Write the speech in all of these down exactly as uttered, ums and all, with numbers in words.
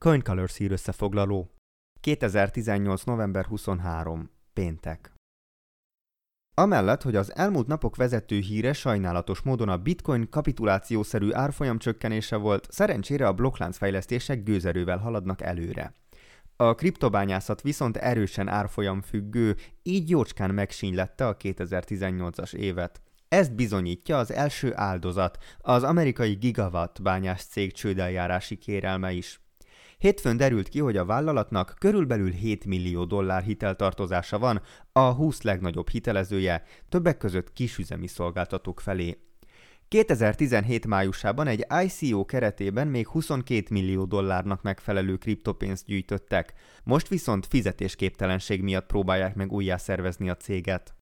CoinColors hírösszefoglaló. kétezer-tizennyolc. november huszonharmadika. Péntek. Amellett, hogy az elmúlt napok vezető híre sajnálatos módon a bitcoin kapitulációszerű árfolyam csökkenése volt, szerencsére a blokkláncfejlesztések gőzerővel haladnak előre. A kriptobányászat viszont erősen árfolyamfüggő, így jócskán megsínylette a kétezer-tizennyolcas évet. Ezt bizonyítja az első áldozat, az amerikai Gigawatt bányász cég csődeljárási kérelme is. Hétfőn derült ki, hogy a vállalatnak körülbelül hét millió dollár hiteltartozása van a húsz legnagyobb hitelezője, többek között kisüzemi szolgáltatók felé. kétezer-tizenhét májusában egy I C O keretében még huszonkét millió dollárnak megfelelő kriptopénzt gyűjtöttek, most viszont fizetésképtelenség miatt próbálják meg újjászervezni a céget.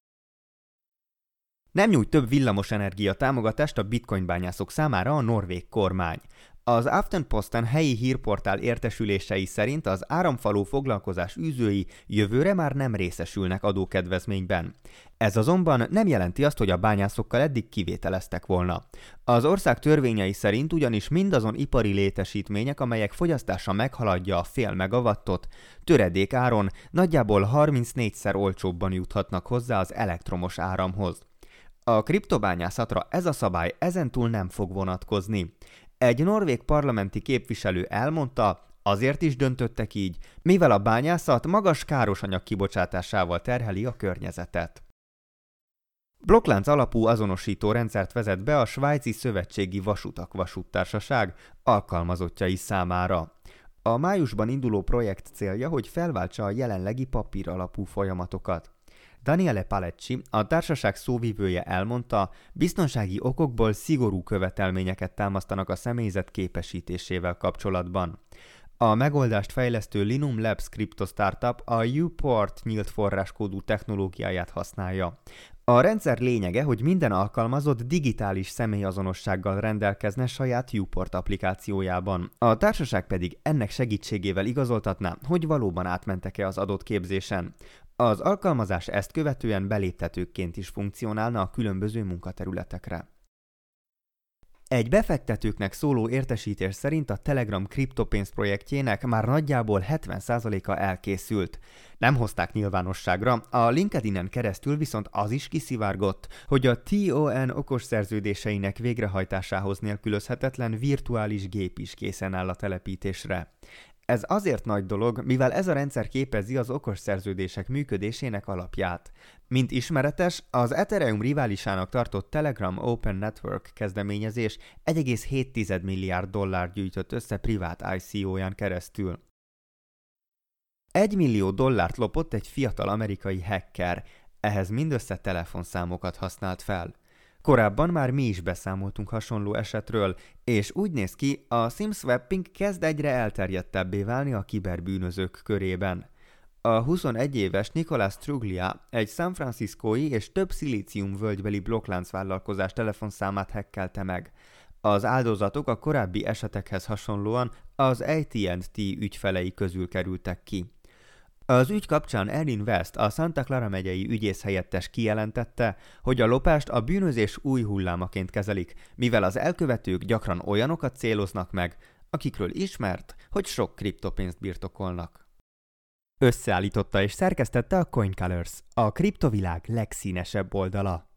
Nem nyújt több villamosenergia támogatást a bitcoin bányászok számára a norvég kormány. Az Aftenposten helyi hírportál értesülései szerint az áramfaló foglalkozás űzői jövőre már nem részesülnek adókedvezményben. Ez azonban nem jelenti azt, hogy a bányászokkal eddig kivételeztek volna. Az ország törvényei szerint ugyanis mindazon ipari létesítmények, amelyek fogyasztása meghaladja a fél megawattot, töredék áron nagyjából harmincnégyszer olcsóbban juthatnak hozzá az elektromos áramhoz. A kriptobányászatra ez a szabály ezentúl nem fog vonatkozni. Egy norvég parlamenti képviselő elmondta, azért is döntöttek így, mivel a bányászat magas károsanyag kibocsátásával terheli a környezetet. Blokklánc alapú azonosító rendszert vezet be a Svájci Szövetségi Vasutak Vasúttársaság alkalmazottjai számára. A májusban induló projekt célja, hogy felváltsa a jelenlegi papír alapú folyamatokat. Daniele Palecci, a társaság szóvivője elmondta, biztonsági okokból szigorú követelményeket támasztanak a személyzet képesítésével kapcsolatban. A megoldást fejlesztő Linum Labs kripto startup a Uport nyílt forráskódú technológiáját használja. A rendszer lényege, hogy minden alkalmazott digitális személyazonossággal rendelkezne saját Uport applikációjában. A társaság pedig ennek segítségével igazoltatná, hogy valóban átmentek-e az adott képzésen. Az alkalmazás ezt követően beléptetőként is funkcionálna a különböző munkaterületekre. Egy befektetőknek szóló értesítés szerint a Telegram kriptopénz projektjének már nagyjából hetven százaléka elkészült. Nem hozták nyilvánosságra, a LinkedInen keresztül viszont az is kiszivárgott, hogy a té o en okos szerződéseinek végrehajtásához nélkülözhetetlen virtuális gép is készen áll a telepítésre. Ez azért nagy dolog, mivel ez a rendszer képezi az okos szerződések működésének alapját. Mint ismeretes, az Ethereum riválisának tartott Telegram Open Network kezdeményezés egy egész hét milliárd dollár gyűjtött össze privát I C O-ján keresztül. Egy millió dollárt lopott egy fiatal amerikai hacker, ehhez mindössze telefonszámokat használt fel. Korábban már mi is beszámoltunk hasonló esetről, és úgy néz ki, a SIM-swapping kezd egyre elterjedtebbé válni a kiberbűnözők körében. A huszonegy éves Nicolas Truglia egy San Franciscói és több szilícium völgybeli blokkláncvállalkozás telefonszámát hackelte meg. Az áldozatok a korábbi esetekhez hasonlóan az á té és té ügyfelei közül kerültek ki. Az ügy kapcsán Erin West, a Santa Clara megyei ügyészhelyettes kijelentette, hogy a lopást a bűnözés új hullámaként kezelik, mivel az elkövetők gyakran olyanokat céloznak meg, akikről ismert, hogy sok kriptopénzt birtokolnak. Összeállította és szerkesztette a CoinColors, a kriptovilág legszínesebb oldala.